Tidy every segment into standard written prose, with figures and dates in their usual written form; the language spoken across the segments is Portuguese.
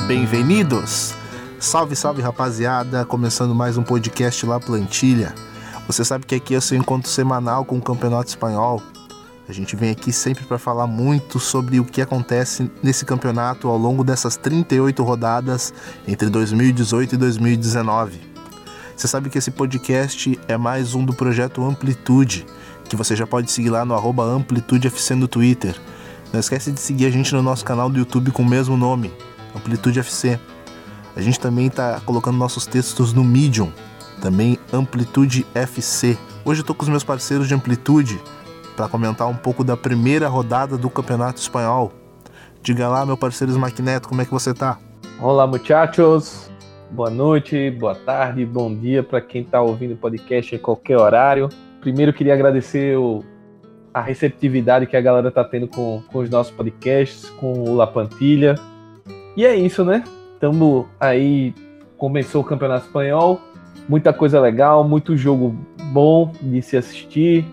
Bem-vindos! Salve, salve rapaziada, começando mais um podcast La Plantilha. Você sabe que aqui é o seu encontro semanal com o Campeonato Espanhol. A gente vem aqui sempre para falar muito sobre o que acontece nesse campeonato ao longo dessas 38 rodadas entre 2018 e 2019. Você sabe que esse podcast é mais um do projeto Amplitude, que você já pode seguir lá no @AmplitudeFC no Twitter. Não esquece de seguir a gente no nosso canal do YouTube com o mesmo nome, Amplitude FC. A gente também está colocando nossos textos no Medium, também Amplitude FC. Hoje eu tô com os meus parceiros de Amplitude para comentar um pouco da primeira rodada do Campeonato Espanhol. Diga lá, meu parceiro Smackneto, como é que você tá? Olá, muchachos. Boa noite, boa tarde, bom dia para quem está ouvindo o podcast em qualquer horário. Primeiro queria agradecer a receptividade que a galera tá tendo com os nossos podcasts, com o La Plantilha. E é isso, né? Estamos aí, começou o Campeonato Espanhol, muita coisa legal, muito jogo bom de se assistir.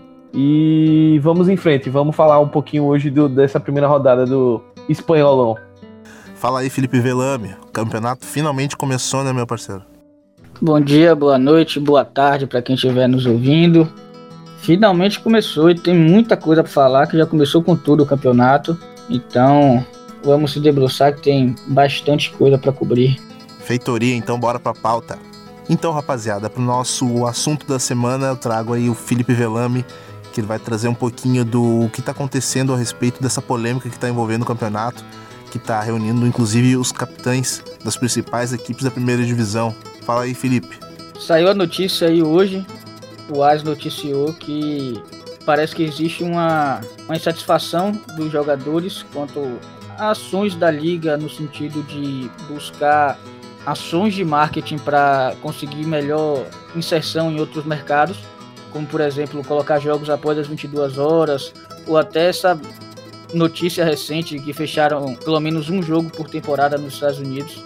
E vamos em frente, vamos falar um pouquinho hoje dessa primeira rodada do Espanholão. Fala aí, Felipe Velame, o campeonato finalmente começou, né, meu parceiro? Bom dia, boa noite, boa tarde para quem estiver nos ouvindo. Finalmente começou e tem muita coisa para falar, que já começou com tudo o campeonato. Então, vamos se debruçar que tem bastante coisa para cobrir. Feitoria, então bora pra pauta. Então, rapaziada, pro nosso assunto da semana, eu trago aí o Felipe Velame, que ele vai trazer um pouquinho do que tá acontecendo a respeito dessa polêmica que tá envolvendo o campeonato, que tá reunindo inclusive os capitães das principais equipes da primeira divisão. Fala aí, Felipe. Saiu a notícia aí hoje, o AS noticiou que parece que existe uma insatisfação dos jogadores quanto a ações da liga, no sentido de buscar ações de marketing para conseguir melhor inserção em outros mercados, como por exemplo colocar jogos após as 22 horas, ou até essa notícia recente que fecharam pelo menos um jogo por temporada nos Estados Unidos.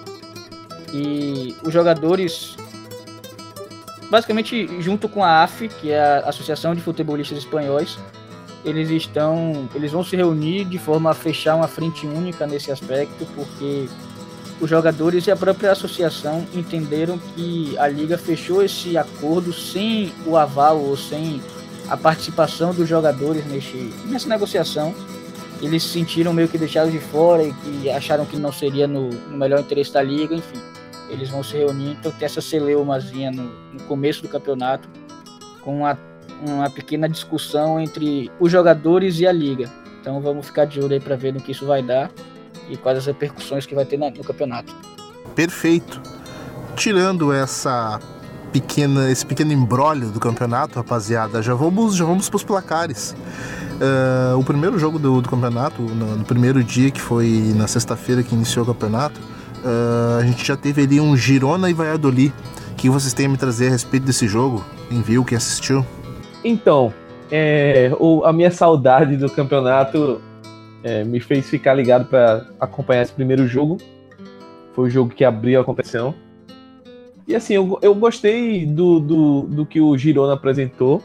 E os jogadores, basicamente junto com a AF, que é a Associação de Futebolistas Espanhóis, eles vão se reunir de forma a fechar uma frente única nesse aspecto, porque os jogadores e a própria associação entenderam que a liga fechou esse acordo sem o aval ou sem a participação dos jogadores nessa negociação. Eles se sentiram meio que deixados de fora e que acharam que não seria no melhor interesse da liga, enfim. Eles vão se reunir, então tem essa celeumazinha no começo do campeonato, com uma pequena discussão entre os jogadores e a liga. Então vamos ficar de olho aí para ver no que isso vai dar e quais as repercussões que vai ter no campeonato. Perfeito. Tirando esse pequeno imbróglio do campeonato, rapaziada, já vamos pros placares. O primeiro jogo do campeonato, no primeiro dia, que foi na sexta-feira que iniciou o campeonato, a gente já teve ali um Girona e Valladolid. O que vocês têm a me trazer a respeito desse jogo? Quem viu, quem assistiu? Então, a minha saudade do campeonato me fez ficar ligado para acompanhar esse primeiro jogo. Foi o jogo que abriu a competição. E assim, eu gostei do que o Girona apresentou.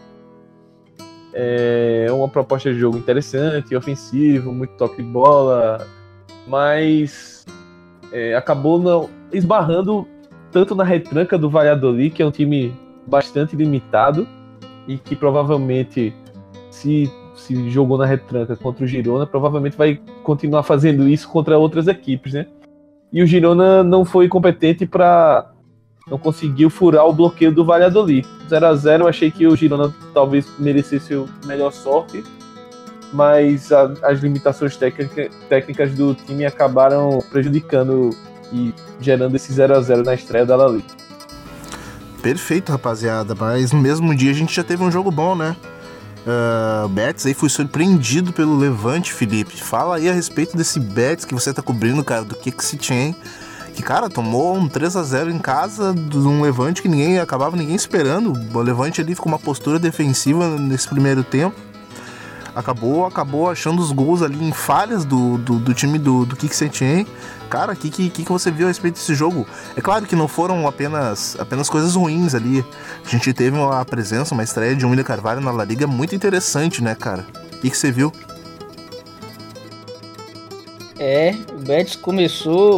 É uma proposta de jogo interessante, ofensivo, muito toque de bola, mas acabou esbarrando tanto na retranca do Valladolid, que é um time bastante limitado e que provavelmente, se jogou na retranca contra o Girona, provavelmente vai continuar fazendo isso contra outras equipes, né? E o Girona não foi competente não conseguiu furar o bloqueio do Valladolid. 0-0, eu achei que o Girona talvez merecesse melhor sorte, mas as limitações técnicas do time acabaram prejudicando e gerando esse 0-0 na estreia da La Liga. Perfeito, rapaziada, mas no mesmo dia a gente já teve um jogo bom, né? O Betis aí foi surpreendido pelo Levante, Felipe. Fala aí a respeito desse Betis que você tá cobrindo, cara, do que se tinha, que, cara, tomou um 3-0 em casa de um Levante que ninguém esperando. O Levante ali ficou uma postura defensiva nesse primeiro tempo. Acabou achando os gols ali em falhas do time do Quique Setien. Cara, o que você viu a respeito desse jogo? É claro que não foram apenas coisas ruins ali. A gente teve uma estreia de William Carvalho na La Liga muito interessante, né, cara? O que você viu? O Betis começou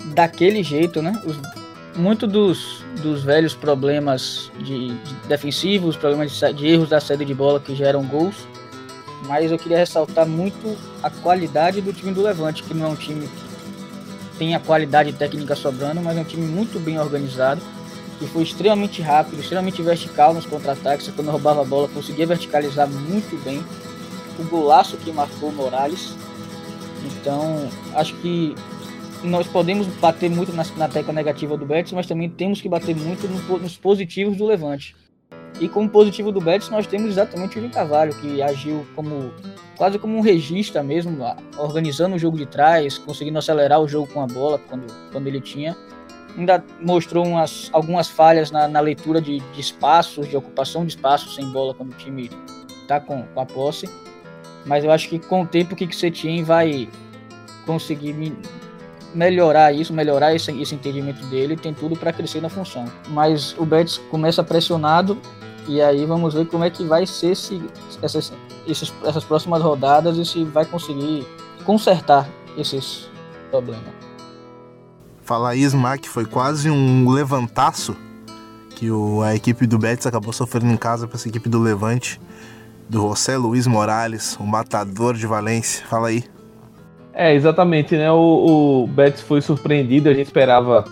daquele jeito, né? Muito dos velhos problemas de defensivos, problemas de erros da saída de bola que geram gols, mas eu queria ressaltar muito a qualidade do time do Levante, que não é um time que tem a qualidade técnica sobrando, mas é um time muito bem organizado, que foi extremamente rápido, extremamente vertical nos contra-ataques. Quando roubava a bola, conseguia verticalizar muito bem. O golaço que marcou o Morales. Então, acho que nós podemos bater muito na tecla negativa do Betis, mas também temos que bater muito nos positivos do Levante. E como positivo do Betis, nós temos exatamente o William Carvalho, que agiu quase como um regista mesmo, organizando o jogo de trás, conseguindo acelerar o jogo com a bola quando ele tinha. Ainda mostrou algumas falhas na leitura de espaços, de ocupação de espaços sem bola quando o time está com a posse. Mas eu acho que com o tempo o Quique Setien vai conseguir melhorar esse entendimento dele, tem tudo para crescer na função. Mas o Betis começa pressionado e aí vamos ver como é que vai ser essas próximas rodadas e se vai conseguir consertar esses problemas. Falar aí, Smack, foi quase um levantaço que a equipe do Betis acabou sofrendo em casa para essa equipe do Levante, do José Luis Morales, o matador de Valência. Fala aí. Exatamente, né? O Betis foi surpreendido, a gente esperava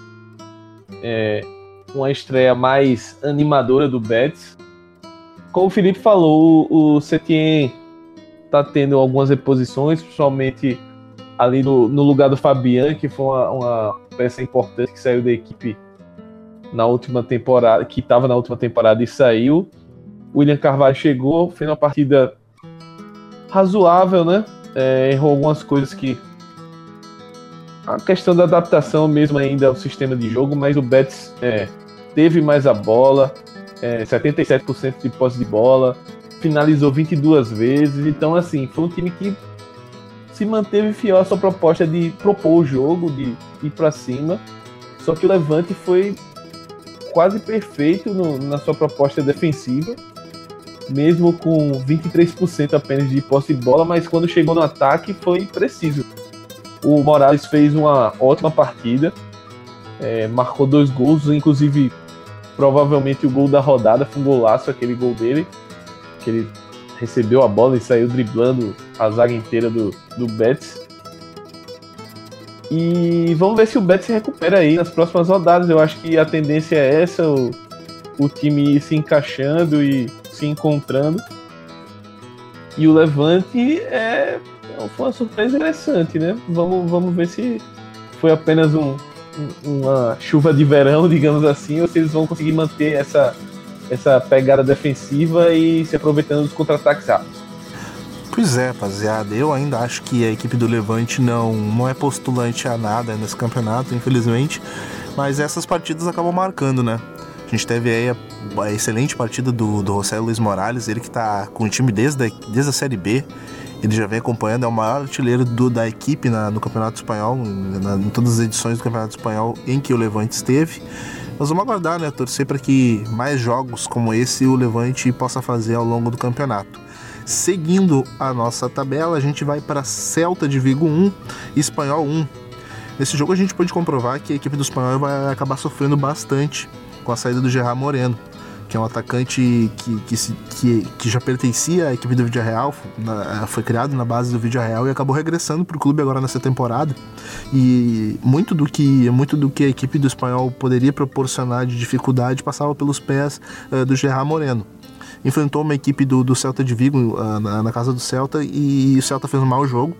uma estreia mais animadora do Betis. Como o Felipe falou, o Setien tá tendo algumas reposições, principalmente ali no lugar do Fabian, que foi uma peça importante que saiu da equipe na última temporada, que estava na última temporada e saiu. O William Carvalho chegou, fez uma partida razoável, né? Errou algumas coisas que... A questão da adaptação mesmo ainda ao sistema de jogo, mas o Betis teve mais a bola, 77% de posse de bola, finalizou 22 vezes, então assim, foi um time que se manteve fiel à sua proposta de propor o jogo, de ir para cima, só que o Levante foi quase perfeito na sua proposta defensiva, mesmo com 23% apenas de posse de bola, mas quando chegou no ataque foi preciso. O Morales fez uma ótima partida, marcou 2 gols, inclusive provavelmente o gol da rodada foi um golaço, aquele gol dele, que ele recebeu a bola e saiu driblando a zaga inteira do Betis. E vamos ver se o Betis se recupera aí nas próximas rodadas. Eu acho que a tendência é essa, o time ir se encaixando e se encontrando. E o Levante foi uma surpresa interessante, né? Vamos ver se foi apenas uma chuva de verão, digamos assim, ou se eles vão conseguir manter essa pegada defensiva e se aproveitando dos contra-ataques rápidos. Pois é, rapaziada, eu ainda acho que a equipe do Levante não é postulante a nada nesse campeonato, infelizmente, mas essas partidas acabam marcando, né? A gente teve aí a excelente partida do José Luis Morales, ele que tá com o time desde a Série B, ele já vem acompanhando, é o maior artilheiro da equipe no Campeonato Espanhol, em todas as edições do Campeonato Espanhol em que o Levante esteve. Nós vamos aguardar, né? Torcer para que mais jogos como esse o Levante possa fazer ao longo do campeonato. Seguindo a nossa tabela, a gente vai para Celta de Vigo 1 e Espanhol 1. Nesse jogo a gente pode comprovar que a equipe do Espanhol vai acabar sofrendo bastante com a saída do Gerard Moreno, que é um atacante que já pertencia à equipe do Villarreal, foi criado na base do Villarreal e acabou regressando para o clube agora nessa temporada. E muito do que a equipe do Espanhol poderia proporcionar de dificuldade passava pelos pés do Gerard Moreno. Enfrentou uma equipe do Celta de Vigo na casa do Celta e o Celta fez um mau jogo.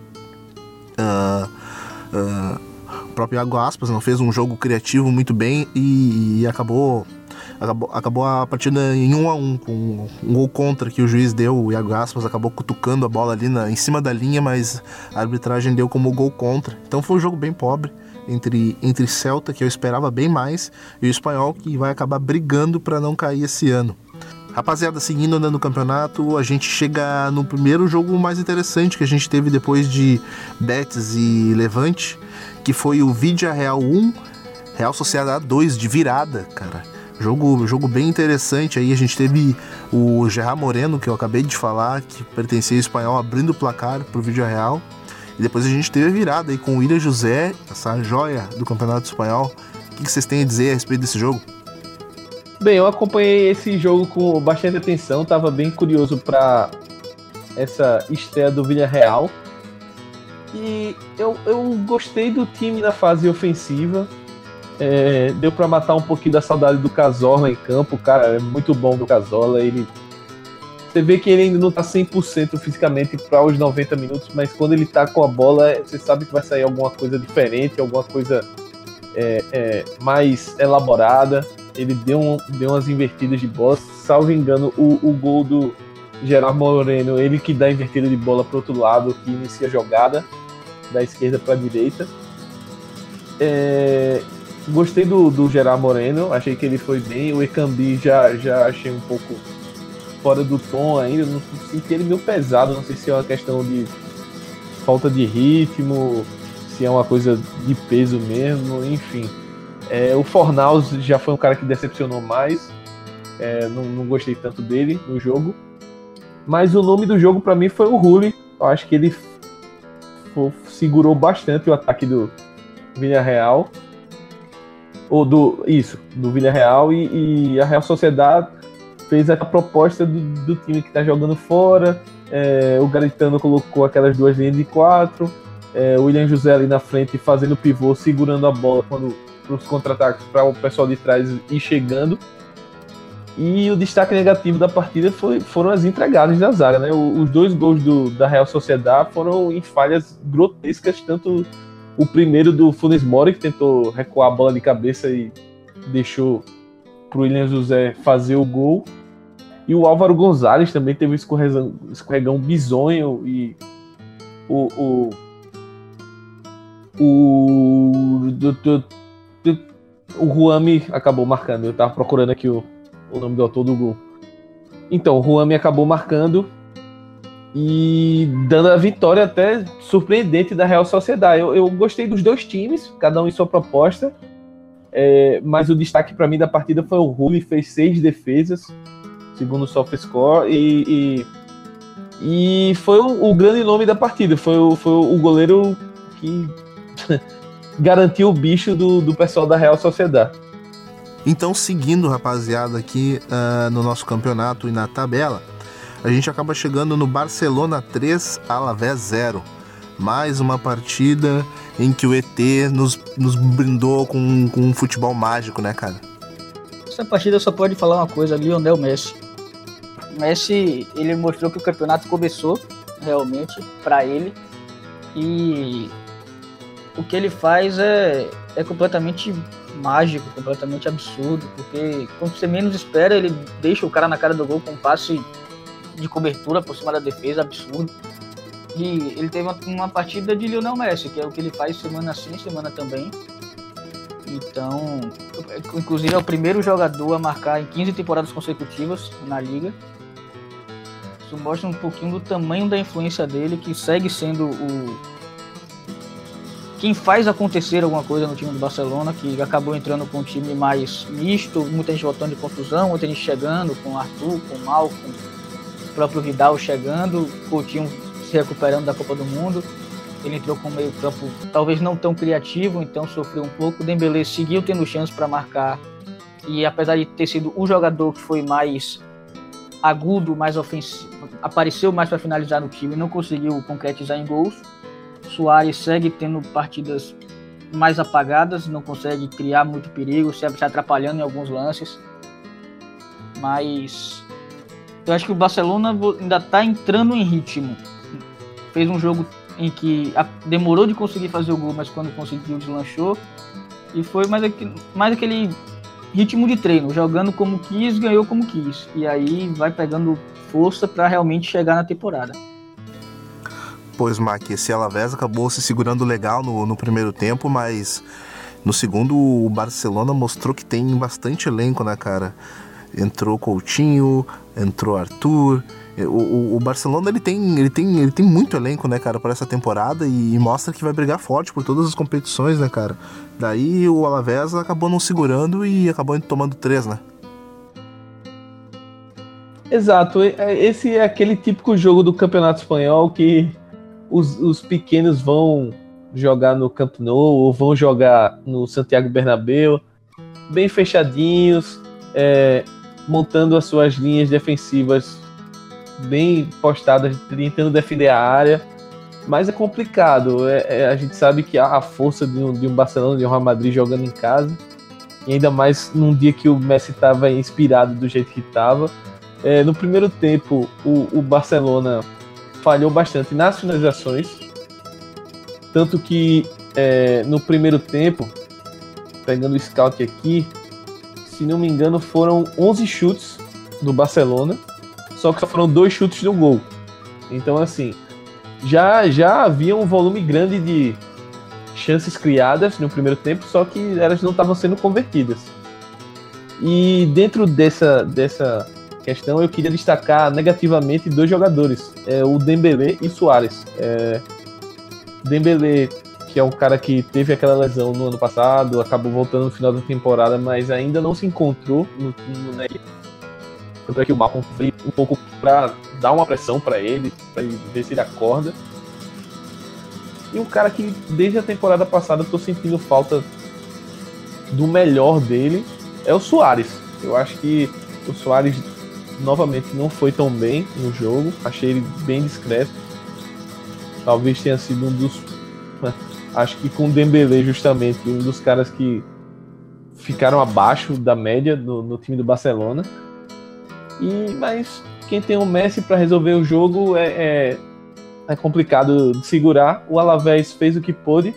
O próprio Iago Aspas não fez um jogo criativo muito bem e acabou a partida em 1-1 com um gol contra que o juiz deu. O Iago Aspas acabou cutucando a bola ali em cima da linha, mas a arbitragem deu como gol contra. Então foi um jogo bem pobre entre Celta, que eu esperava bem mais, e o Espanhol, que vai acabar brigando para não cair esse ano. Rapaziada, seguindo andando no campeonato, a gente chega no primeiro jogo mais interessante que a gente teve depois de Betis e Levante, que foi o Villarreal 1, Real Sociedad 2, de virada, cara. Jogo bem interessante. Aí a gente teve o Gerard Moreno, que eu acabei de falar, que pertencia ao Espanhol, abrindo o placar pro Villarreal. E depois a gente teve a virada aí com o William José, essa joia do Campeonato Espanhol. O que vocês têm a dizer a respeito desse jogo? Bem, eu acompanhei esse jogo com bastante atenção, estava bem curioso para essa estreia do Villarreal. E eu gostei do time na fase ofensiva. Deu para matar um pouquinho da saudade do Cazorla em campo. Cara, é muito bom do Cazorla. Você vê que ele ainda não tá 100% fisicamente para os 90 minutos, mas quando ele tá com a bola, você sabe que vai sair alguma coisa diferente, alguma coisa mais elaborada. Ele deu umas invertidas de bola. Salvo engano, o gol do Gerard Moreno, ele que dá a invertida de bola pro outro lado, que inicia a jogada da esquerda para a direita. Gostei do Gerard Moreno, achei que ele foi bem. O Ekambi já achei um pouco fora do tom ainda, não senti ele meio pesado, não sei se é uma questão de falta de ritmo, se é uma coisa de peso mesmo, enfim. O Fornals já foi um cara que decepcionou mais, não gostei tanto dele no jogo, mas o nome do jogo para mim foi o Rulli. Eu acho que ele segurou bastante o ataque do Villarreal, do Villarreal, e a Real Sociedad fez a proposta do time que está jogando fora. O Garitano colocou aquelas duas linhas de 4, o William José ali na frente fazendo pivô, segurando a bola para os contra-ataques, para o pessoal de trás ir chegando. E o destaque negativo da partida foram as entregadas da zaga, né? Os 2 gols da Real Sociedad foram em falhas grotescas, tanto o primeiro do Funes Mori, que tentou recuar a bola de cabeça e deixou para o William José fazer o gol. E o Álvaro Gonzalez também teve um escorregão bizonho, e o Juami acabou marcando. Eu tava procurando aqui o nome do autor do gol. Então, o Juami acabou marcando e dando a vitória até surpreendente da Real Sociedad. Eu gostei dos dois times, cada um em sua proposta, mas o destaque para mim da partida foi o Rulli, fez 6 defesas, segundo o SofaScore, e foi o grande nome da partida. Foi o goleiro que garantiu o bicho do pessoal da Real Sociedad. Então, seguindo, rapaziada, aqui no nosso campeonato e na tabela, a gente acaba chegando no Barcelona 3, Alavés 0. Mais uma partida em que o ET nos brindou com um futebol mágico, né, cara? Essa partida só pode falar uma coisa: Lionel Messi. Messi, ele mostrou que o campeonato começou realmente para ele, e o que ele faz é completamente mágico, completamente absurdo, porque quando você menos espera, ele deixa o cara na cara do gol com um passe de cobertura por cima da defesa, absurdo. E ele teve uma partida de Lionel Messi, que é o que ele faz semana sim, semana também. Então, inclusive é o primeiro jogador a marcar em 15 temporadas consecutivas na Liga. Isso mostra um pouquinho do tamanho da influência dele, que segue sendo quem faz acontecer alguma coisa no time do Barcelona, que acabou entrando com um time mais misto, muita gente voltando de contusão, muita gente chegando, com o Arthur, com o Malcom, o próprio Vidal chegando, o Coutinho se recuperando da Copa do Mundo. Ele entrou com um meio campo talvez não tão criativo, então sofreu um pouco. O Dembélé seguiu tendo chance para marcar, e apesar de ter sido o jogador que foi mais agudo, mais ofensivo, apareceu mais para finalizar no time, não conseguiu concretizar em gols. Suárez segue tendo partidas mais apagadas, não consegue criar muito perigo, se atrapalhando em alguns lances. Mas eu acho que o Barcelona ainda está entrando em ritmo. Fez um jogo em que demorou de conseguir fazer o gol, mas quando conseguiu deslanchou. E foi mais aquele ritmo de treino, jogando como quis, ganhou como quis. E aí vai pegando força para realmente chegar na temporada. Pois, Mac, esse Alavés acabou se segurando legal no primeiro tempo, mas no segundo o Barcelona mostrou que tem bastante elenco, né, cara? Entrou Coutinho, entrou Arthur. O Barcelona ele tem muito elenco, né, cara, para essa temporada, e mostra que vai brigar forte por todas as competições, né, cara? Daí o Alavés acabou não segurando e acabou tomando 3, né? Exato, esse é aquele típico jogo do Campeonato Espanhol que os pequenos vão jogar no Camp Nou ou vão jogar no Santiago Bernabéu, bem fechadinhos, montando as suas linhas defensivas bem postadas, tentando defender a área, mas é complicado. A gente sabe que a força de um Barcelona, de um Real Madrid jogando em casa, e ainda mais num dia que o Messi estava inspirado do jeito que estava. No primeiro tempo, o Barcelona falhou bastante nas finalizações, tanto que no primeiro tempo, pegando o scout aqui, se não me engano, foram 11 chutes do Barcelona, só que só foram 2 chutes no gol. Então, assim, já havia um volume grande de chances criadas no primeiro tempo, só que elas não estavam sendo convertidas. E dentro dessa questão, eu queria destacar negativamente 2 jogadores, o Dembélé e Suárez. Dembélé, que é um cara que teve aquela lesão no ano passado, acabou voltando no final da temporada, mas ainda não se encontrou no tanto é que o Malcom foi um pouco para dar uma pressão para ele ver se ele acorda. E um cara que desde a temporada passada eu tô sentindo falta do melhor dele é o Suárez. Eu acho que o Suárez novamente não foi tão bem no jogo, achei ele bem discreto. Talvez tenha sido um dos... Acho que com o Dembélé justamente, um dos caras que ficaram abaixo da média no time do Barcelona. Mas quem tem o Messi para resolver o jogo é complicado de segurar. O Alavés fez o que pôde.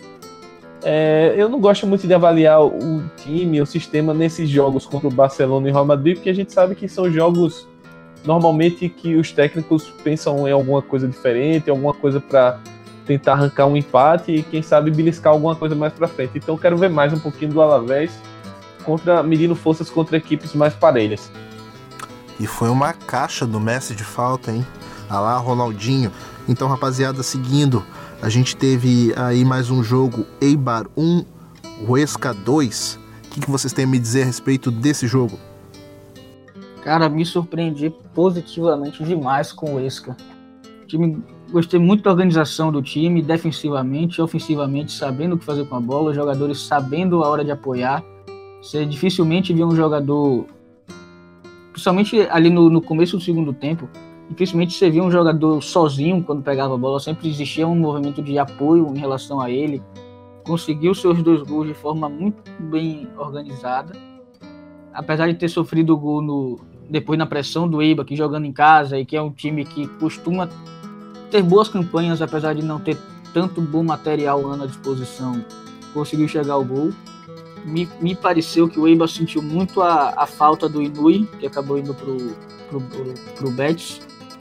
Eu não gosto muito de avaliar o time, o sistema nesses jogos contra o Barcelona e o Real Madrid, porque a gente sabe que são jogos normalmente que os técnicos pensam em alguma coisa diferente, alguma coisa para tentar arrancar um empate e quem sabe beliscar alguma coisa mais para frente. Então eu quero ver mais um pouquinho do Alavés medindo forças contra equipes mais parelhas. E foi uma caixa do Messi de falta, hein? Ah lá, Ronaldinho. Então, rapaziada, seguindo, a gente teve aí mais um jogo, Eibar 1, Huesca 2. O que vocês têm a me dizer a respeito desse jogo? Cara, me surpreendi positivamente demais com o Huesca. Gostei muito da organização do time, defensivamente, ofensivamente, sabendo o que fazer com a bola, os jogadores sabendo a hora de apoiar. Você dificilmente vê um jogador... Principalmente ali no começo do segundo tempo, dificilmente você via um jogador sozinho quando pegava a bola, sempre existia um movimento de apoio em relação a ele, conseguiu seus 2 gols de forma muito bem organizada, apesar de ter sofrido o gol depois na pressão do Eibar, que jogando em casa, e que é um time que costuma ter boas campanhas, apesar de não ter tanto bom material à disposição, conseguiu chegar ao gol. Me pareceu que o Eibar sentiu muito a falta do Inui, que acabou indo pro Betis,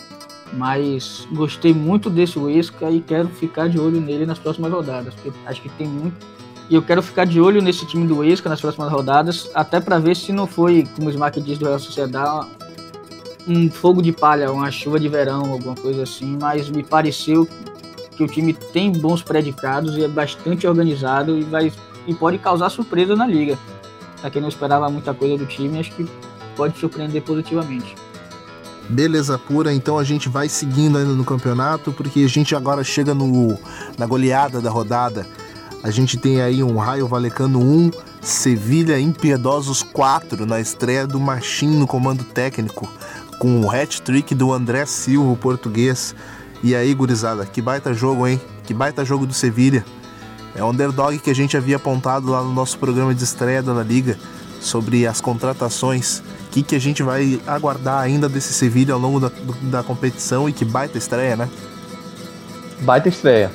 mas gostei muito desse Huesca e quero ficar de olho nele nas próximas rodadas, porque acho que tem muito. E eu quero ficar de olho nesse time do Huesca nas próximas rodadas, até para ver se não foi, como o Smack diz do Real Sociedad, um fogo de palha, uma chuva de verão, alguma coisa assim, mas me pareceu que o time tem bons predicados e é bastante organizado e pode causar surpresa na liga. Pra quem não esperava muita coisa do time, acho que pode surpreender positivamente. Beleza pura, então a gente vai seguindo ainda no campeonato, porque a gente agora chega na goleada da rodada. A gente tem aí um Rayo Vallecano 1, Sevilha Impiedosos 4 na estreia do Machín no comando técnico, com o hat-trick do André Silva, o português. E aí, gurizada, que baita jogo, hein? Que baita jogo do Sevilha. É o underdog que a gente havia apontado lá no nosso programa de estreia da La Liga sobre as contratações. O que a gente vai aguardar ainda desse Sevilha ao longo da competição, e que baita estreia, né? Baita estreia.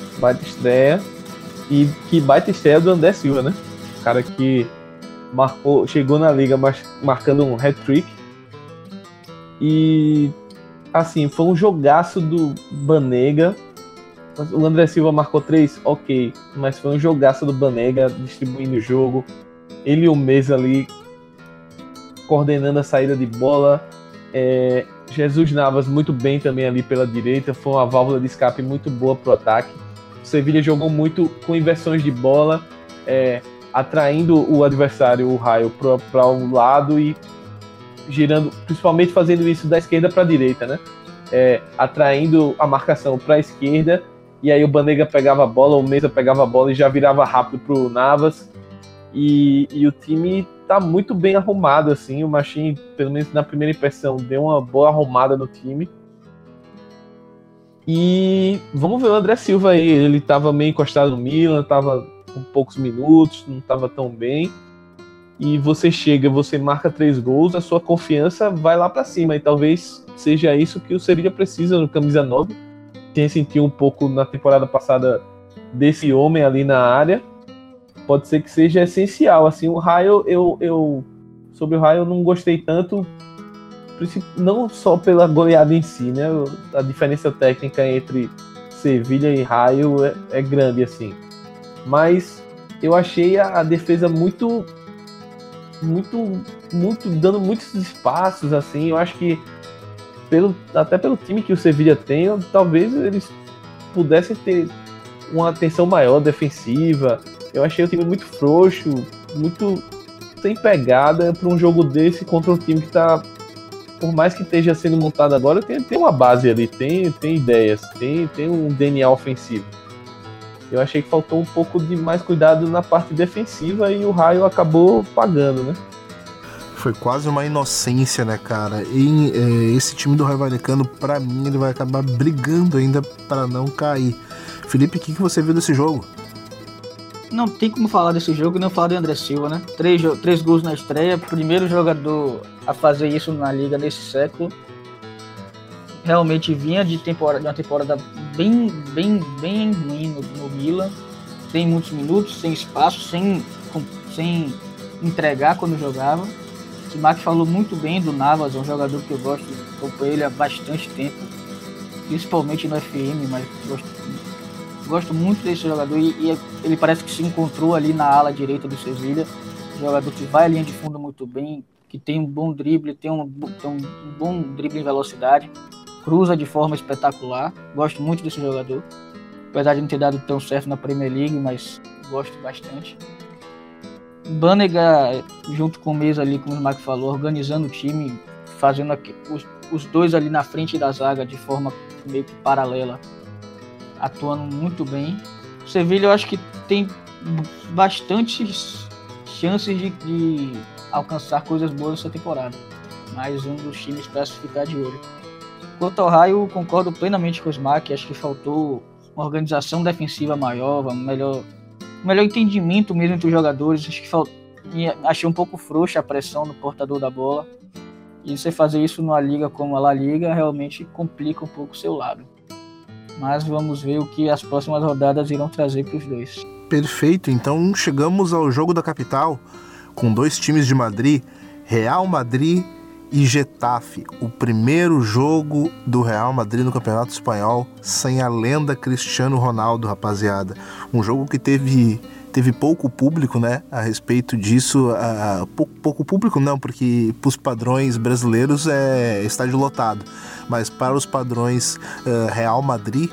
E que baita estreia do André Silva, né? O cara que chegou na Liga marcando um hat-trick. E, assim, foi um jogaço do Banega. O André Silva marcou 3, ok, mas foi um jogaço do Banega, distribuindo o jogo. Ele e o Mesa ali, coordenando a saída de bola. Jesus Navas muito bem também ali pela direita, foi uma válvula de escape muito boa pro ataque. O Sevilha jogou muito com inversões de bola, atraindo o adversário, o Rayo, para um lado e girando, principalmente fazendo isso da esquerda para a direita, né? Atraindo a marcação para a esquerda e aí o Banega pegava a bola, o Meza pegava a bola e já virava rápido pro Navas. E o time tá muito bem arrumado, assim. O Machine, pelo menos na primeira impressão, deu uma boa arrumada no time. E vamos ver o André Silva aí. Ele tava meio encostado no Milan, tava com poucos minutos, não tava tão bem. E você chega, você marca 3 gols, a sua confiança vai lá pra cima. E talvez seja isso que o Sevilla precisa no camisa 9. Tinha sentido um pouco na temporada passada desse homem ali na área. Pode ser que seja essencial. Assim, o Raio, sobre o Raio eu não gostei tanto, não só pela goleada em si, né? A diferença técnica entre Sevilla e Raio é grande, assim. Mas eu achei a defesa muito dando muitos espaços, assim. Eu acho que até pelo time que o Sevilla tem, talvez eles pudessem ter uma atenção maior defensiva. Eu achei o time muito frouxo, muito sem pegada para um jogo desse contra um time que tá, por mais que esteja sendo montado agora, tem uma base ali, tem ideias, tem um DNA ofensivo. Eu achei que faltou um pouco de mais cuidado na parte defensiva e o Raio acabou pagando, né? Foi quase uma inocência, né, cara? E esse time do Raio Vallecano, pra mim, ele vai acabar brigando ainda para não cair. Felipe, o que você viu desse jogo? Não tem como falar desse jogo e não falar de André Silva, né? 3 gols na estreia, primeiro jogador a fazer isso na liga nesse século. Realmente vinha de uma temporada bem ruim no Milan, sem muitos minutos, sem espaço, sem entregar quando jogava. O Mac falou muito bem do Navas, é um jogador que eu acompanho ele há bastante tempo, principalmente no FM, mas gosto muito desse jogador e ele parece que se encontrou ali na ala direita do Sevilla, um jogador que vai à linha de fundo muito bem, que tem um bom drible, tem um bom drible em velocidade, cruza de forma espetacular. Gosto muito desse jogador, apesar de não ter dado tão certo na Premier League, mas gosto bastante. Banega, junto com o Meza ali, como o Marco falou, organizando o time, fazendo os dois ali na frente da zaga de forma meio que paralela, atuando muito bem. O Sevilla eu acho que tem bastantes chances de alcançar coisas boas nessa temporada, mais um dos times para se ficar de olho. Quanto ao Raio, concordo plenamente com o Smack, acho que faltou uma organização defensiva maior, um melhor entendimento mesmo entre os jogadores. Acho que achei um pouco frouxa a pressão no portador da bola, e você fazer isso numa liga como a La Liga realmente complica um pouco o seu lado. Mas vamos ver o que as próximas rodadas irão trazer para os dois. Perfeito, então chegamos ao jogo da capital, com 2 times de Madrid, Real Madrid e Getafe. O primeiro jogo do Real Madrid no Campeonato Espanhol sem a lenda Cristiano Ronaldo, rapaziada. Um jogo que teve pouco público, né? A respeito disso, pouco público não, porque para os padrões brasileiros é estádio lotado, mas para os padrões Real Madrid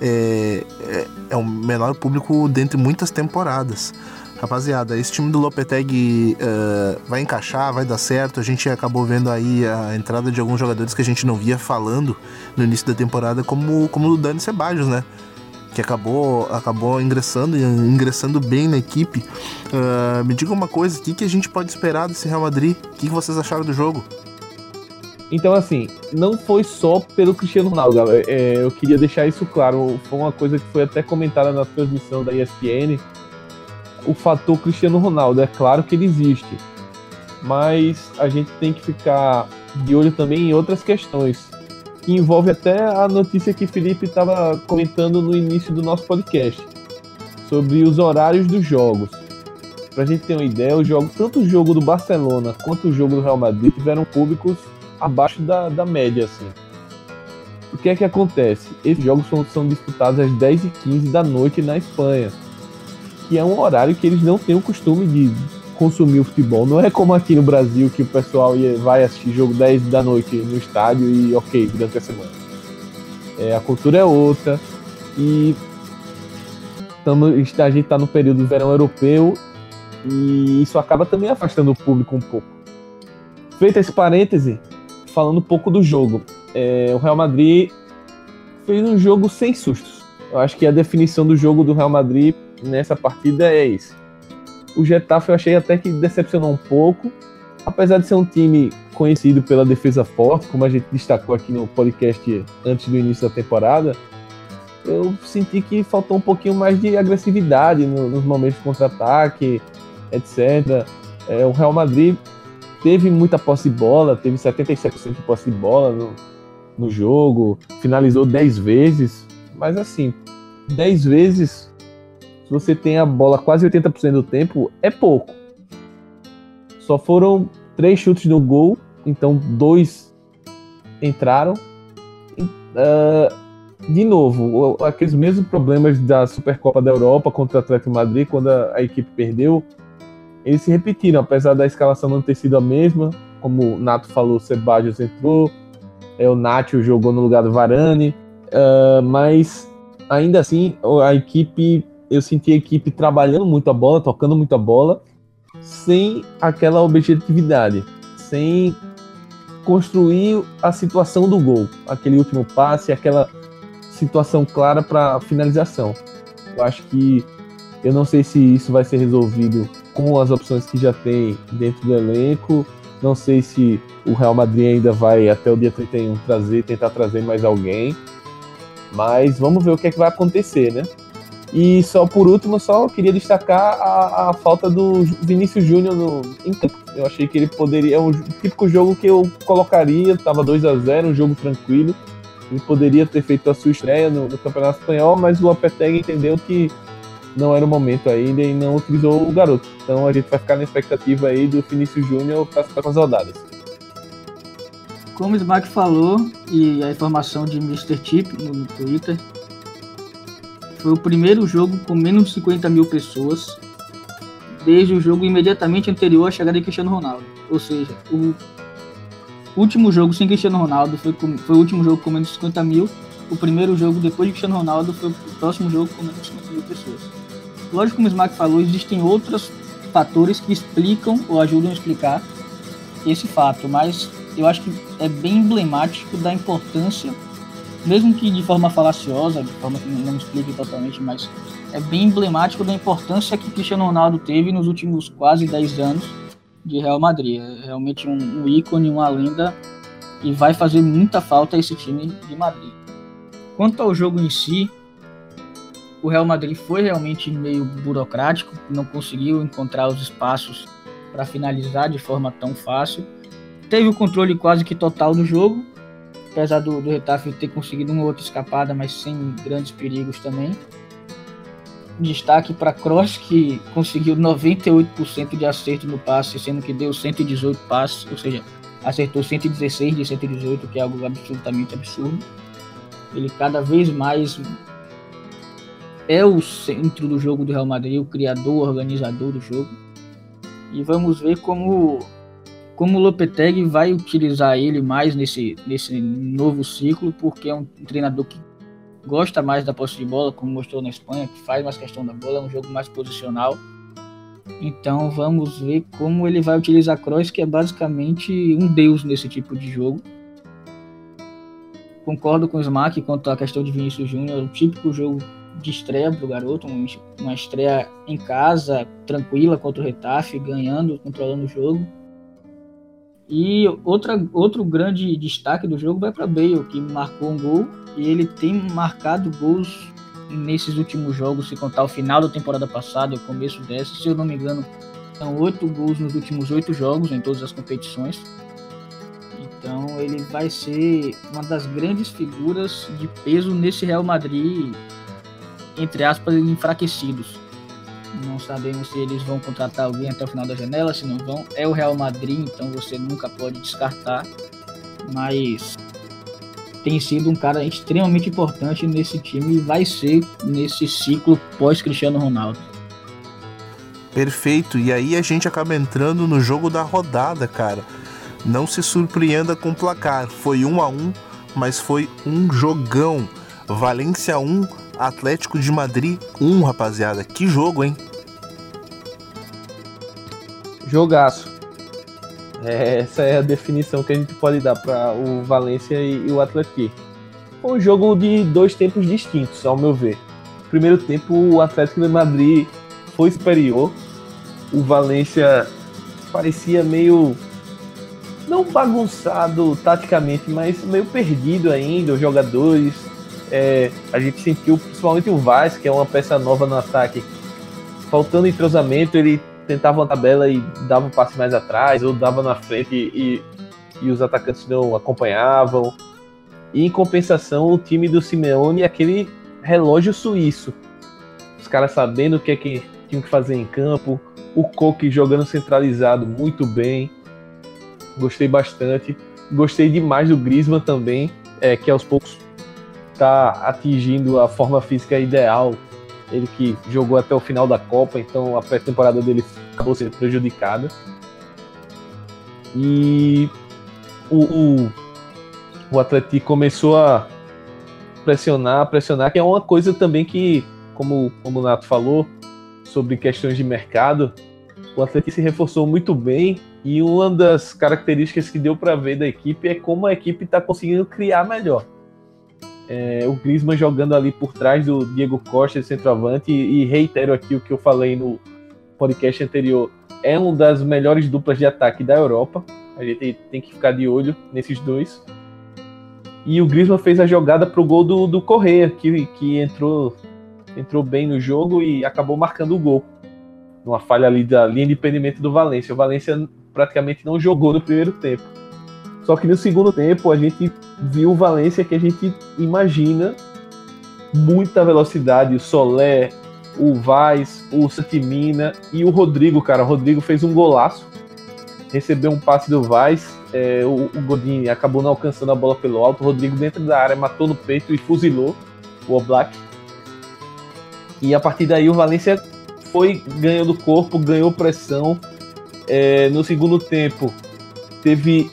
é o menor público dentre muitas temporadas. Rapaziada, esse time do Lopetegui vai encaixar, vai dar certo. A gente acabou vendo aí a entrada de alguns jogadores que a gente não via falando no início da temporada, como o Dani Ceballos, né? Que acabou ingressando bem na equipe. Me diga uma coisa, o que a gente pode esperar desse Real Madrid? O que vocês acharam do jogo? Então, assim, não foi só pelo Cristiano Ronaldo, galera. Eu queria deixar isso claro. Foi uma coisa que foi até comentada na transmissão da ESPN. O fator Cristiano Ronaldo, é claro que ele existe, mas a gente tem que ficar de olho também em outras questões, que envolve até a notícia que o Felipe estava comentando no início do nosso podcast, sobre os horários dos jogos. Pra gente ter uma ideia, tanto o jogo do Barcelona quanto o jogo do Real Madrid tiveram públicos abaixo da média, assim. O que é que acontece? Esses jogos são disputados às 10h15 da noite na Espanha, que é um horário que eles não têm o costume de consumir o futebol. Não é como aqui no Brasil, que o pessoal vai assistir jogo 10 da noite no estádio e ok, durante a semana. A cultura é outra, e a gente está no período do verão europeu, e isso acaba também afastando o público um pouco. Feito esse parêntese, falando um pouco do jogo, o Real Madrid fez um jogo sem sustos. Eu acho que a definição do jogo do Real Madrid nessa partida é isso. O Getafe eu achei até que decepcionou um pouco, apesar de ser um time conhecido pela defesa forte, como a gente destacou aqui no podcast antes do início da temporada. Eu senti que faltou um pouquinho mais de agressividade nos momentos de contra-ataque, etc. O Real Madrid teve muita posse de bola, teve 77% de posse de bola no jogo, finalizou 10 vezes, mas assim, 10 vezes, se você tem a bola quase 80% do tempo, é pouco. Só foram 3 chutes no gol, então 2 entraram. De novo, aqueles mesmos problemas da Supercopa da Europa contra o Atlético de Madrid, quando a equipe perdeu, eles se repetiram, apesar da escalação não ter sido a mesma. Como o Nato falou, o Ceballos entrou, o Nacho jogou no lugar do Varane, mas ainda assim, eu senti a equipe trabalhando muito a bola, tocando muito a bola, sem aquela objetividade, sem construir a situação do gol, aquele último passe, aquela situação clara para finalização. Eu acho que, eu não sei se isso vai ser resolvido com as opções que já tem dentro do elenco, não sei se o Real Madrid ainda vai até o dia 31 tentar trazer mais alguém, mas vamos ver o que é que vai acontecer, né? E só por último, só queria destacar a falta do Vinícius Júnior em campo. Eu achei que ele poderia, é um típico jogo que eu colocaria, estava 2-0, um jogo tranquilo, ele poderia ter feito a sua estreia no Campeonato Espanhol, mas o Lopetegui entendeu que não era o momento ainda e não utilizou o garoto. Então a gente vai ficar na expectativa aí do Vinícius Júnior para as próximas rodadas. Como o Smack falou, e a informação de Mr. Chip no Twitter, foi o primeiro jogo com menos de 50 mil pessoas desde o jogo imediatamente anterior à chegada de Cristiano Ronaldo. Ou seja, o último jogo sem Cristiano Ronaldo foi o último jogo com menos de 50 mil. O primeiro jogo depois de Cristiano Ronaldo foi o próximo jogo com menos de 50 mil pessoas. Lógico, como o Smack falou, existem outros fatores que explicam ou ajudam a explicar esse fato, mas eu acho que é bem emblemático da importância, mesmo que de forma falaciosa, de forma que não explique totalmente, mas é bem emblemático da importância que Cristiano Ronaldo teve nos últimos quase 10 anos de Real Madrid. É realmente um ícone, uma lenda, e vai fazer muita falta a esse time de Madrid. Quanto ao jogo em si, o Real Madrid foi realmente meio burocrático, não conseguiu encontrar os espaços para finalizar de forma tão fácil. Teve o controle quase que total do jogo, apesar do Getafe ter conseguido uma outra escapada, mas sem grandes perigos também. Destaque para Kroos, que conseguiu 98% de acerto no passe, sendo que deu 118 passes, ou seja, acertou 116 de 118, que é algo absolutamente absurdo. Ele cada vez mais é o centro do jogo do Real Madrid, o criador, o organizador do jogo. E vamos ver como o Lopetegui vai utilizar ele mais nesse novo ciclo, porque é um treinador que gosta mais da posse de bola, como mostrou na Espanha, que faz mais questão da bola, é um jogo mais posicional. Então vamos ver como ele vai utilizar Kroos, que é basicamente um deus nesse tipo de jogo. Concordo com o Smack quanto à questão de Vinícius Júnior, um típico jogo de estreia para o garoto, uma estreia em casa, tranquila contra o Getafe, ganhando, controlando o jogo. E outro grande destaque do jogo vai para Bale, que marcou um gol, e ele tem marcado gols nesses últimos jogos, se contar o final da temporada passada, o começo dessa, se eu não me engano, são 8 gols nos últimos 8 jogos em todas as competições. Então ele vai ser uma das grandes figuras de peso nesse Real Madrid, entre aspas, enfraquecidos. Não sabemos se eles vão contratar alguém até o final da janela, se não vão. É o Real Madrid, então você nunca pode descartar. Mas tem sido um cara extremamente importante nesse time e vai ser nesse ciclo pós-Cristiano Ronaldo. Perfeito, e aí a gente acaba entrando no jogo da rodada, cara. Não se surpreenda com o placar, foi 1-1, mas foi um jogão. Valência 1, Atlético de Madrid 1, rapaziada. Que jogo, hein? Jogaço. Essa é a definição que a gente pode dar para o Valência e o Atlético. foi um jogo de 2 tempos distintos, ao meu ver. No primeiro tempo, o Atlético de Madrid foi superior. O Valência parecia meio, não bagunçado taticamente, mas meio perdido ainda, os jogadores. A gente sentiu, principalmente o Vaz, que é uma peça nova no ataque, faltando entrosamento. Ele tentava uma tabela e dava um passe mais atrás, ou dava na frente e os atacantes não acompanhavam. E em compensação, o time do Simeone é aquele relógio suíço. Os caras sabendo o que é que tinham que fazer em campo. O Koke jogando centralizado muito bem. Gostei bastante. Gostei demais do Griezmann também, que aos poucos está atingindo a forma física ideal. Ele que jogou até o final da Copa, então a pré-temporada dele acabou sendo prejudicada. E o Atlético começou a pressionar, que é uma coisa também que, como o Nato falou, sobre questões de mercado, o Atlético se reforçou muito bem, e uma das características que deu para ver da equipe é como a equipe está conseguindo criar melhor. O Griezmann jogando ali por trás do Diego Costa de centroavante, e reitero aqui o que eu falei no podcast anterior, é uma das melhores duplas de ataque da Europa. A gente tem que ficar de olho nesses dois. E o Griezmann fez a jogada pro gol do Correa, que entrou bem no jogo e acabou marcando o gol. Uma falha ali da linha de impedimento do Valência. O Valência praticamente não jogou no primeiro tempo. Só que no segundo tempo a gente viu o Valência que a gente imagina, muita velocidade. O Soler, o Vaz, o Santimina e o Rodrigo, cara. O Rodrigo fez um golaço, recebeu um passe do Vaz. O Godin acabou não alcançando a bola pelo alto. O Rodrigo dentro da área matou no peito e fuzilou o Oblak. E a partir daí o Valência foi ganhando corpo, ganhou pressão. No segundo tempo teve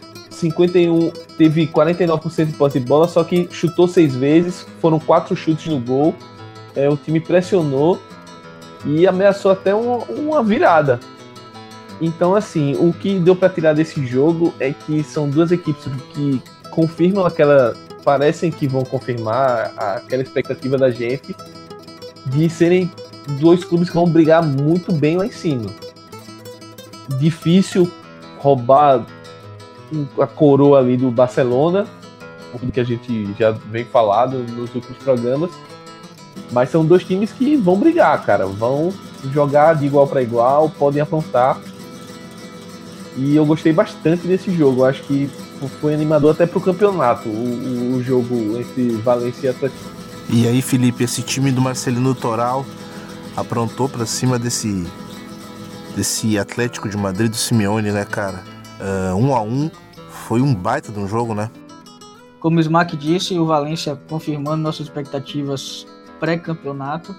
49% de posse de bola, só que chutou 6 vezes, foram 4 chutes no gol. O time pressionou e ameaçou até uma virada. Então, assim, o que deu para tirar desse jogo é que são duas equipes que confirmam parecem que vão confirmar aquela expectativa da gente de serem 2 clubes que vão brigar muito bem lá em cima. Difícil roubar a coroa ali do Barcelona, o que a gente já vem falado nos últimos programas, mas são 2 times que vão brigar, cara, vão jogar de igual para igual, podem aprontar. E eu gostei bastante desse jogo. Eu acho que foi animador até pro campeonato, o jogo entre Valência e Atlético. E aí, Felipe, esse time do Marcelino Toral aprontou pra cima desse Atlético de Madrid do Simeone, né, cara? 1-1, foi um baita de um jogo, né? Como o Smack disse, o Valência confirmando nossas expectativas pré-campeonato.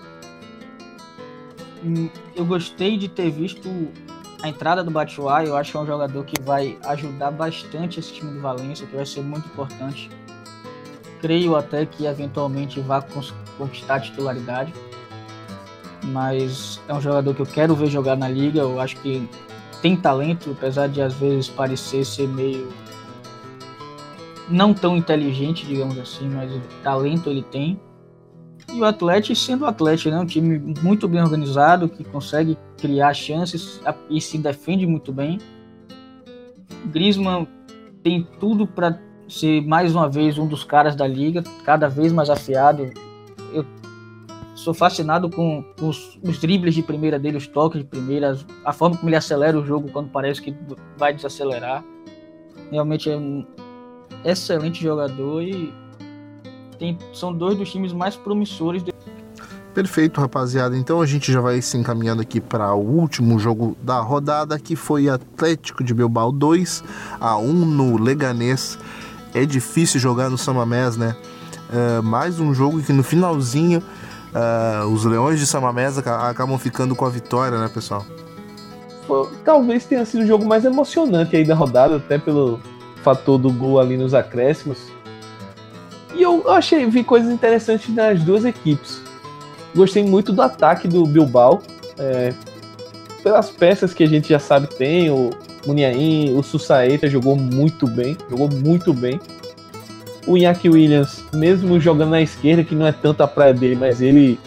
Eu gostei de ter visto a entrada do Batshuayi. Eu acho que é um jogador que vai ajudar bastante esse time do Valência, que vai ser muito importante. Creio até que eventualmente vá conquistar a titularidade, mas é um jogador que eu quero ver jogar na liga. Eu acho que tem talento, apesar de às vezes parecer ser meio não tão inteligente, digamos assim, mas talento ele tem. E o Atlético, sendo o Atlético, né, um time muito bem organizado, que consegue criar chances e se defende muito bem. Griezmann tem tudo para ser mais uma vez um dos caras da liga, cada vez mais afiado. Eu sou fascinado com os dribles de primeira dele, os toques de primeira, a forma como ele acelera o jogo quando parece que vai desacelerar. Realmente é um excelente jogador e são 2 dos times mais promissores. Perfeito, rapaziada. Então a gente já vai se encaminhando aqui para o último jogo da rodada, que foi Atlético de Bilbao 2-1 no Leganés. É difícil jogar no San Mamés, né? Mais um jogo que no finalzinho os Leões de San Mamés acabam ficando com a vitória, né, pessoal? Talvez tenha sido o jogo mais emocionante aí da rodada, até pelo fator do gol ali nos acréscimos. E eu vi coisas interessantes nas 2 equipes. Gostei muito do ataque do Bilbao, pelas peças que a gente já sabe tem. O Muniain, o Susaeta jogou muito bem. O Iñaki Williams, mesmo jogando na esquerda, que não é tanto a praia dele, mas ele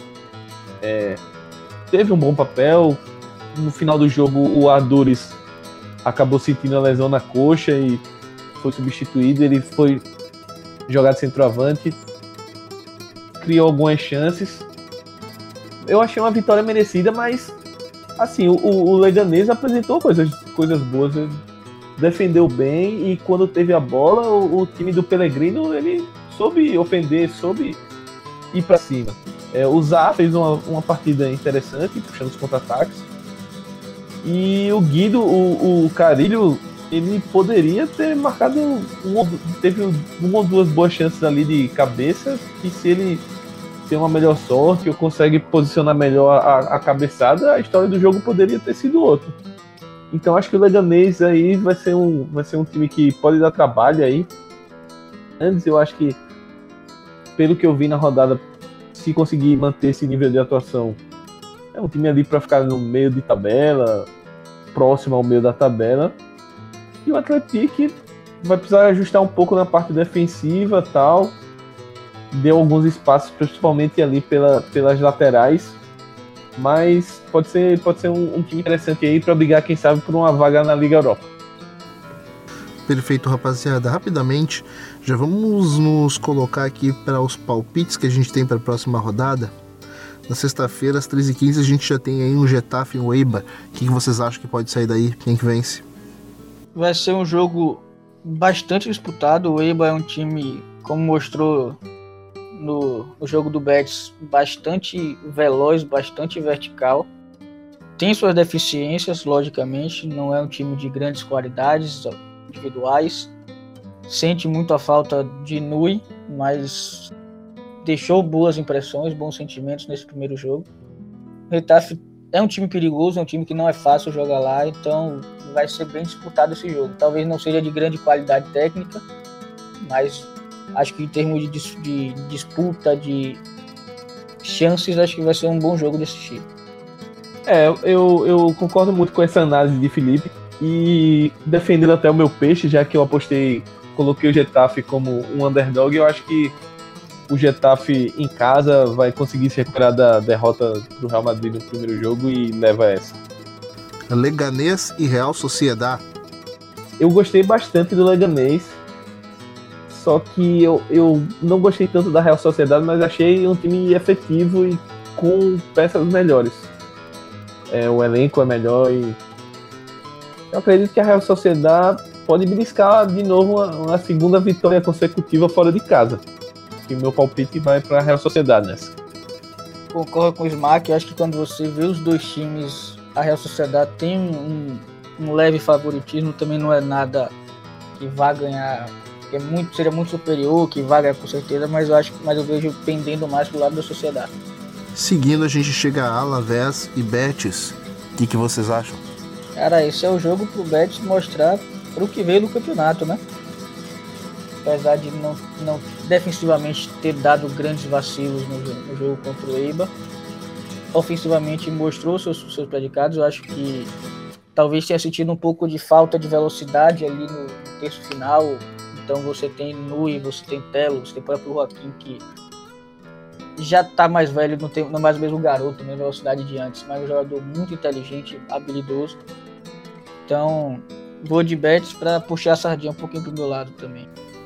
teve um bom papel. No final do jogo, o Aduriz acabou sentindo a lesão na coxa e foi substituído. Ele foi jogar de centroavante, criou algumas chances. Eu achei uma vitória merecida, mas assim, o Leganés apresentou coisas boas. Ele defendeu bem e quando teve a bola, o time do Pellegrino, ele soube ofender, soube ir para cima. O Zaha fez uma partida interessante, puxando os contra-ataques. E o Guido, o Carrilho, ele poderia ter marcado teve uma ou duas boas chances ali de cabeça, que se ele tem uma melhor sorte ou consegue posicionar melhor a cabeçada, a história do jogo poderia ter sido outra. Então acho que o Leganés aí vai ser um time que pode dar trabalho aí. Antes eu acho que, pelo que eu vi na rodada, se conseguir manter esse nível de atuação, é um time ali para ficar no meio de tabela, próximo ao meio da tabela. E o Atlético vai precisar ajustar um pouco na parte defensiva e tal. Deu alguns espaços, principalmente ali pelas laterais. Mas pode ser um time interessante aí para brigar, quem sabe, por uma vaga na Liga Europa. Perfeito, rapaziada. Rapidamente, já vamos nos colocar aqui para os palpites que a gente tem para a próxima rodada. Na sexta-feira, às 13h15, a gente já tem aí um Getafe e um Eibar. O que vocês acham que pode sair daí? Quem que vence? Vai ser um jogo bastante disputado. O Eibar é um time, como mostrou no jogo do Betis, bastante veloz, bastante vertical. Tem suas deficiências, logicamente. Não é um time de grandes qualidades individuais. Sente muito a falta de Nui, mas deixou boas impressões, bons sentimentos nesse primeiro jogo. O Getafe é um time perigoso, é um time que não é fácil jogar lá, então vai ser bem disputado esse jogo. Talvez não seja de grande qualidade técnica, mas acho que em termos de disputa, de chances, acho que vai ser um bom jogo de assistir. Eu concordo muito com essa análise de Felipe e defendendo até o meu peixe, já que eu coloquei o Getafe como um underdog. Eu acho que o Getafe em casa vai conseguir se recuperar da derrota do Real Madrid no primeiro jogo e leva essa. Leganés e Real Sociedad. Eu gostei bastante do Leganés, só que eu não gostei tanto da Real Sociedad, mas achei um time efetivo e com peças melhores. O elenco é melhor e eu acredito que a Real Sociedad pode beliscar de novo uma segunda vitória consecutiva fora de casa. E meu palpite vai para a Real Sociedad nessa. Concordo com o Smack. Eu acho que quando você vê os dois times, a Real Sociedad tem um leve favoritismo. Também não é nada que vá ganhar, que seria muito superior, que vá ganhar com certeza, mas eu vejo pendendo mais pro lado da Sociedad. Seguindo, a gente chega a Alavés e Betis. O que vocês acham? Cara, esse é o jogo pro Betis mostrar pro que veio do campeonato, né? Apesar de não defensivamente ter dado grandes vacilos no jogo contra o Eibar, ofensivamente mostrou seus predicados. Eu acho que talvez tenha sentido um pouco de falta de velocidade ali no terço final. Então você tem Nui, você tem Telo, você tem o próprio Joaquim, que já tá mais velho, não é mais o mesmo garoto, mesma velocidade de antes, mas é um jogador muito inteligente, habilidoso. Então vou de Betis para puxar a sardinha um pouquinho pro meu lado também.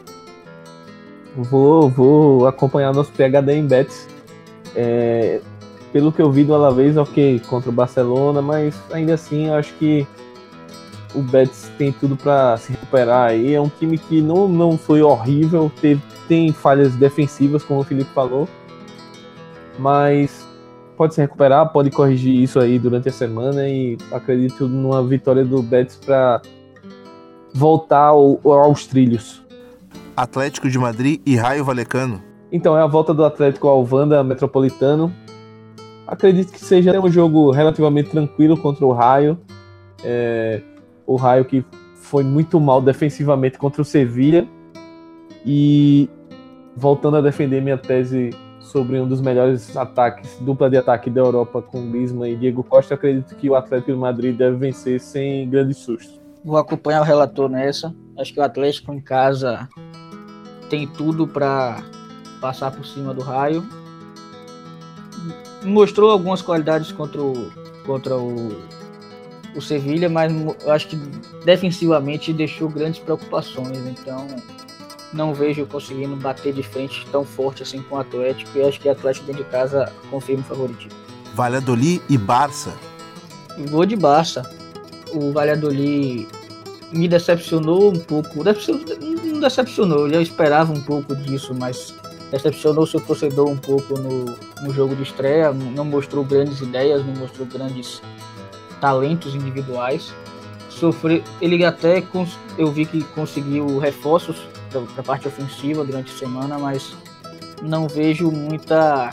Vou acompanhar nosso PhD em Betis. Pelo que eu vi do Alavés, ok, contra o Barcelona, mas ainda assim eu acho que o Betis tem tudo para se recuperar aí. É um time que não foi horrível, tem falhas defensivas, como o Felipe falou, mas pode se recuperar, pode corrigir isso aí durante a semana e acredito numa vitória do Betis para voltar aos trilhos. Atlético de Madrid e Rayo Vallecano. Então, é a volta do Atlético ao Wanda Metropolitano. Acredito que seja um jogo relativamente tranquilo contra o Rayo. O Rayo que foi muito mal defensivamente contra o Sevilla. E voltando a defender minha tese sobre um dos melhores ataques, dupla de ataque da Europa com Griezmann e Diego Costa, acredito que o Atlético de Madrid deve vencer sem grandes sustos. Vou acompanhar o relator nessa. Acho que o Atlético em casa tem tudo para passar por cima do Raio. Mostrou algumas qualidades contra o Sevilha, mas eu acho que defensivamente deixou grandes preocupações, então não vejo conseguindo bater de frente tão forte assim com o Atlético, e acho que o Atlético dentro de casa confirma o favoritismo. Valladolid e Barça. Vou de Barça. O Valladolid me decepcionou um pouco. Não decepcionou, eu esperava um pouco disso, mas decepcionou seu torcedor um pouco no jogo de estreia. Não mostrou grandes ideias, não mostrou grandes talentos individuais. Ele até, eu vi que conseguiu reforços para a parte ofensiva durante a semana, mas não vejo muita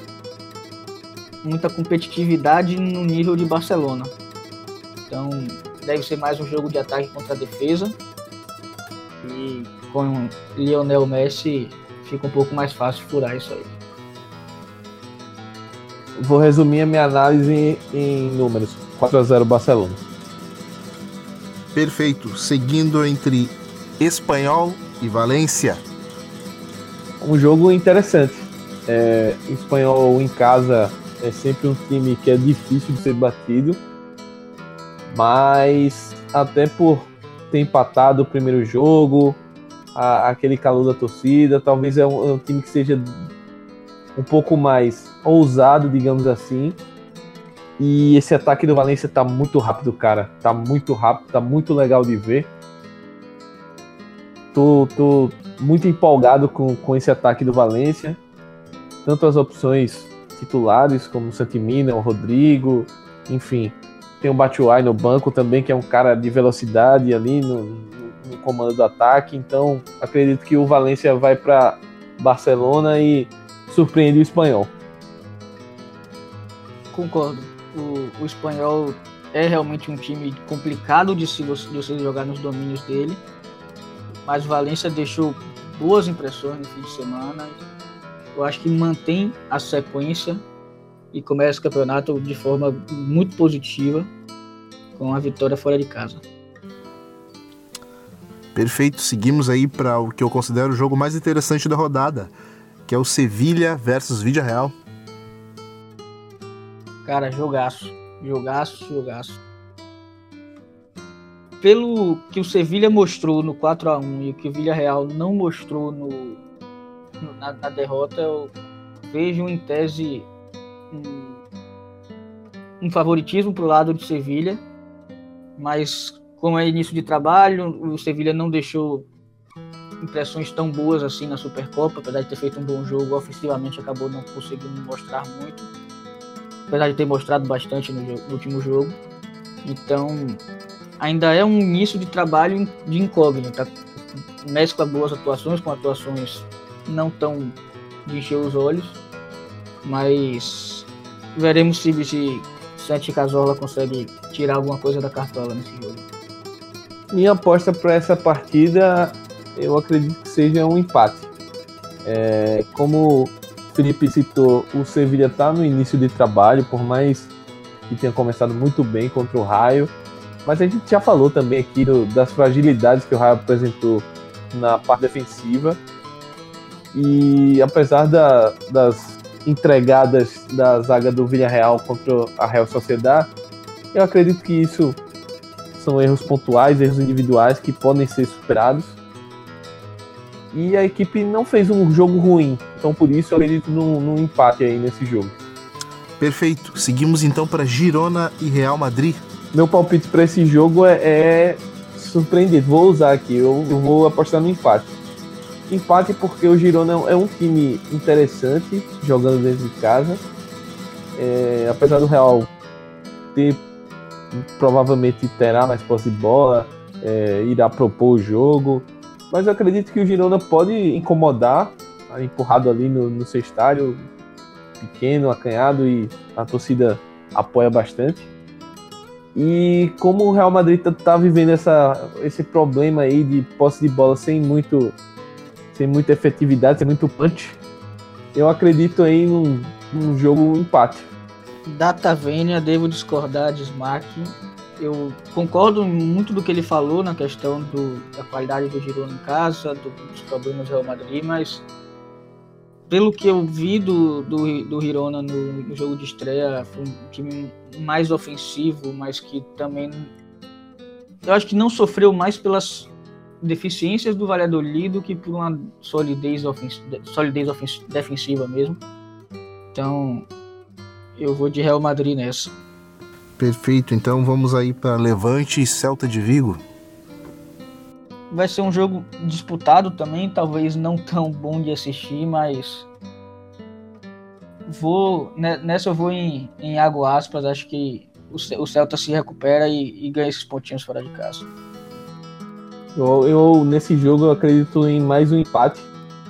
competitividade no nível de Barcelona. Então deve ser mais um jogo de ataque contra a defesa, e com Lionel Messi fica um pouco mais fácil furar isso aí. Vou resumir a minha análise em números. 4-0 Barcelona. Perfeito. Seguindo entre Espanhol e Valência. Um jogo interessante. Espanhol em casa é sempre um time que é difícil de ser batido, mas até por ter empatado o primeiro jogo, aquele calor da torcida, talvez é um time que seja um pouco mais ousado, digamos assim. E esse ataque do Valência tá muito rápido, cara. Tá muito rápido, tá muito legal de ver. Tô muito empolgado com esse ataque do Valência. Tanto as opções titulares, como o Santimina, o Rodrigo, enfim. Tem o Batshuayi no banco também, que é um cara de velocidade ali no comando do ataque. Então, acredito que o Valência vai para Barcelona e surpreende o Espanhol. Concordo. O Espanhol é realmente um time complicado de você jogar nos domínios dele, mas o Valência deixou boas impressões no fim de semana. Eu acho que mantém a sequência e começa o campeonato de forma muito positiva, com a vitória fora de casa. Perfeito. Seguimos aí para o que eu considero o jogo mais interessante da rodada, que é o Sevilha versus Villarreal. Cara, jogaço. Pelo que o Sevilha mostrou no 4-1 e o que o Villarreal não mostrou na derrota, eu vejo em tese um favoritismo pro lado de Sevilha, mas como é início de trabalho, o Sevilha não deixou impressões tão boas assim na Supercopa, apesar de ter feito um bom jogo, ofensivamente acabou não conseguindo mostrar muito, apesar de ter mostrado bastante no último jogo. Então ainda é um início de trabalho de incógnita, mescla boas atuações com atuações não tão de encher os olhos, mas veremos se Santi Cazorla consegue tirar alguma coisa da cartola nesse jogo. Minha aposta para essa partida, eu acredito que seja um empate. Como o Felipe citou, o Sevilha está no início de trabalho, por mais que tenha começado muito bem contra o Raio, mas a gente já falou também aqui das fragilidades que o Raio apresentou na parte defensiva, e apesar das entregadas da zaga do Villarreal contra a Real Sociedad, eu acredito que isso são erros pontuais, erros individuais que podem ser superados, e a equipe não fez um jogo ruim, então por isso eu acredito num empate aí nesse jogo. Perfeito. Seguimos então para Girona e Real Madrid. Meu palpite para esse jogo é surpreendente. Vou usar aqui, eu vou apostar no empate. Empate porque o Girona é um time interessante, jogando dentro de casa. Apesar do Real provavelmente terá mais posse de bola, irá propor o jogo, mas eu acredito que o Girona pode incomodar, empurrado ali no seu estádio, pequeno, acanhado, e a torcida apoia bastante. E como o Real Madrid tá vivendo esse problema aí de posse de bola sem muita efetividade, sem muito punch, eu acredito aí num jogo empate. Data vênia, devo discordar de Smack. eu concordo muito do que ele falou na questão da qualidade do Girona em casa, dos problemas do Real Madrid, mas pelo que eu vi do Girona no jogo de estreia, foi um time mais ofensivo, mas que também, eu acho que não sofreu mais pelas deficiências do Valladolid do que por uma solidez defensiva mesmo. Então, eu vou de Real Madrid nessa. Perfeito, então vamos aí para Levante e Celta de Vigo. Vai ser um jogo disputado também, talvez não tão bom de assistir, mas nessa eu vou em água aspas. Acho que o Celta se recupera e ganha esses pontinhos fora de casa. Eu nesse jogo eu acredito em mais um empate.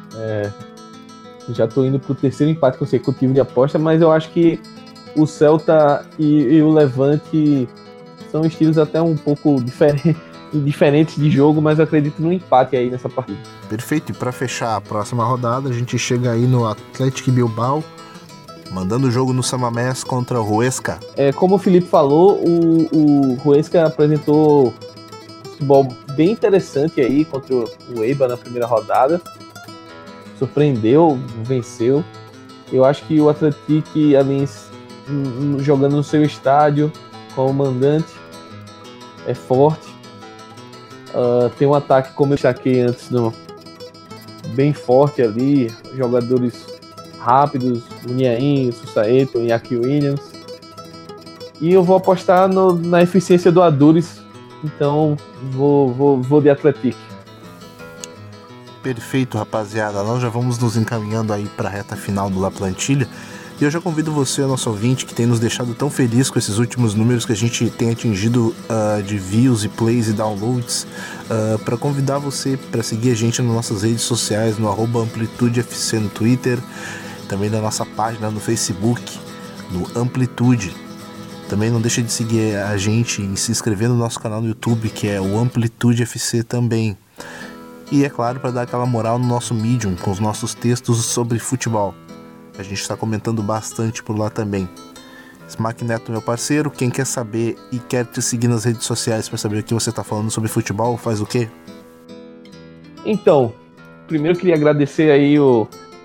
Já estou indo para o terceiro empate consecutivo de aposta, mas eu acho que o Celta e o Levante são estilos até um pouco diferentes de jogo, mas eu acredito no empate aí nessa partida. Perfeito, e para fechar a próxima rodada, a gente chega aí no Athletic Bilbao, mandando o jogo no San Mamés contra o Huesca. Como o Felipe falou, o Huesca apresentou um futebol bem interessante aí contra o Eibar na primeira rodada. Surpreendeu, venceu. Eu acho que o Athletic ali jogando no seu estádio como mandante é forte. Tem um ataque, como eu destaquei antes, bem forte ali, jogadores rápidos, o Niain, o Susaeto, o Iñaki Williams. E eu vou apostar na eficiência do Aduriz, então vou de Athletic. Perfeito, rapaziada, nós já vamos nos encaminhando aí para a reta final do La Plantilha. E eu já convido você, nosso ouvinte, que tem nos deixado tão feliz com esses últimos números que a gente tem atingido de views e plays e downloads, para convidar você para seguir a gente nas nossas redes sociais, no @AmplitudeFC no Twitter, também na nossa página no Facebook, no Amplitude. Também não deixa de seguir a gente e se inscrever no nosso canal no YouTube, que é o Amplitude FC também. E é claro, para dar aquela moral no nosso Medium, com os nossos textos sobre futebol. A gente está comentando bastante por lá também. Smack Neto, meu parceiro, quem quer saber e quer te seguir nas redes sociais para saber o que você está falando sobre futebol, faz o quê? Então, primeiro eu queria agradecer aí o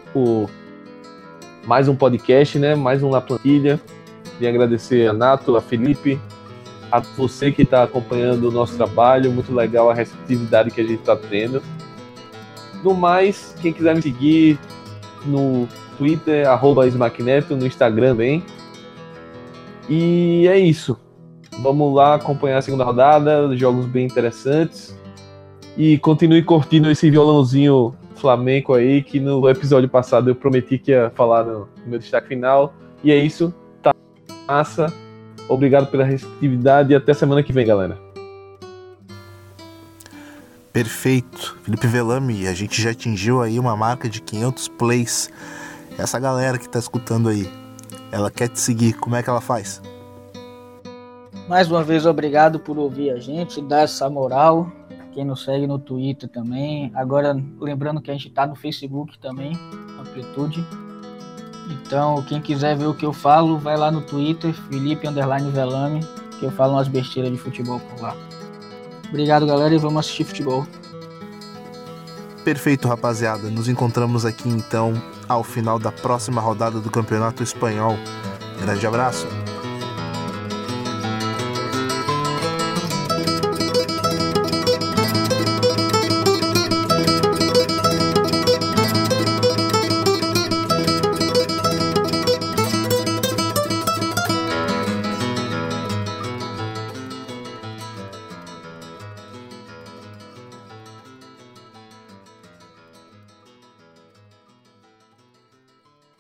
mais um podcast, né? Mais um La Plantilha. Queria agradecer a Nato, a Felipe, a você que está acompanhando o nosso trabalho. Muito legal a receptividade que a gente está tendo. No mais, quem quiser me seguir no Twitter, @SmackNeto, no Instagram também. E é isso. Vamos lá acompanhar a segunda rodada, jogos bem interessantes. E continue curtindo esse violãozinho flamenco aí, que no episódio passado eu prometi que ia falar no meu destaque final. E é isso. Tá massa. Obrigado pela receptividade e até semana que vem, galera. Perfeito. Felipe Velame, a gente já atingiu aí uma marca de 500 plays. Essa galera que tá escutando aí, ela quer te seguir, como é que ela faz? Mais uma vez, obrigado por ouvir a gente, dar essa moral. Quem nos segue no Twitter também. Agora, lembrando que a gente tá no Facebook também, Amplitude. Então, quem quiser ver o que eu falo, vai lá no Twitter, Felipe_Velame, que eu falo umas besteiras de futebol por lá. Obrigado, galera, e vamos assistir futebol. Perfeito, rapaziada. Nos encontramos aqui, então, ao final da próxima rodada do Campeonato Espanhol. Grande abraço.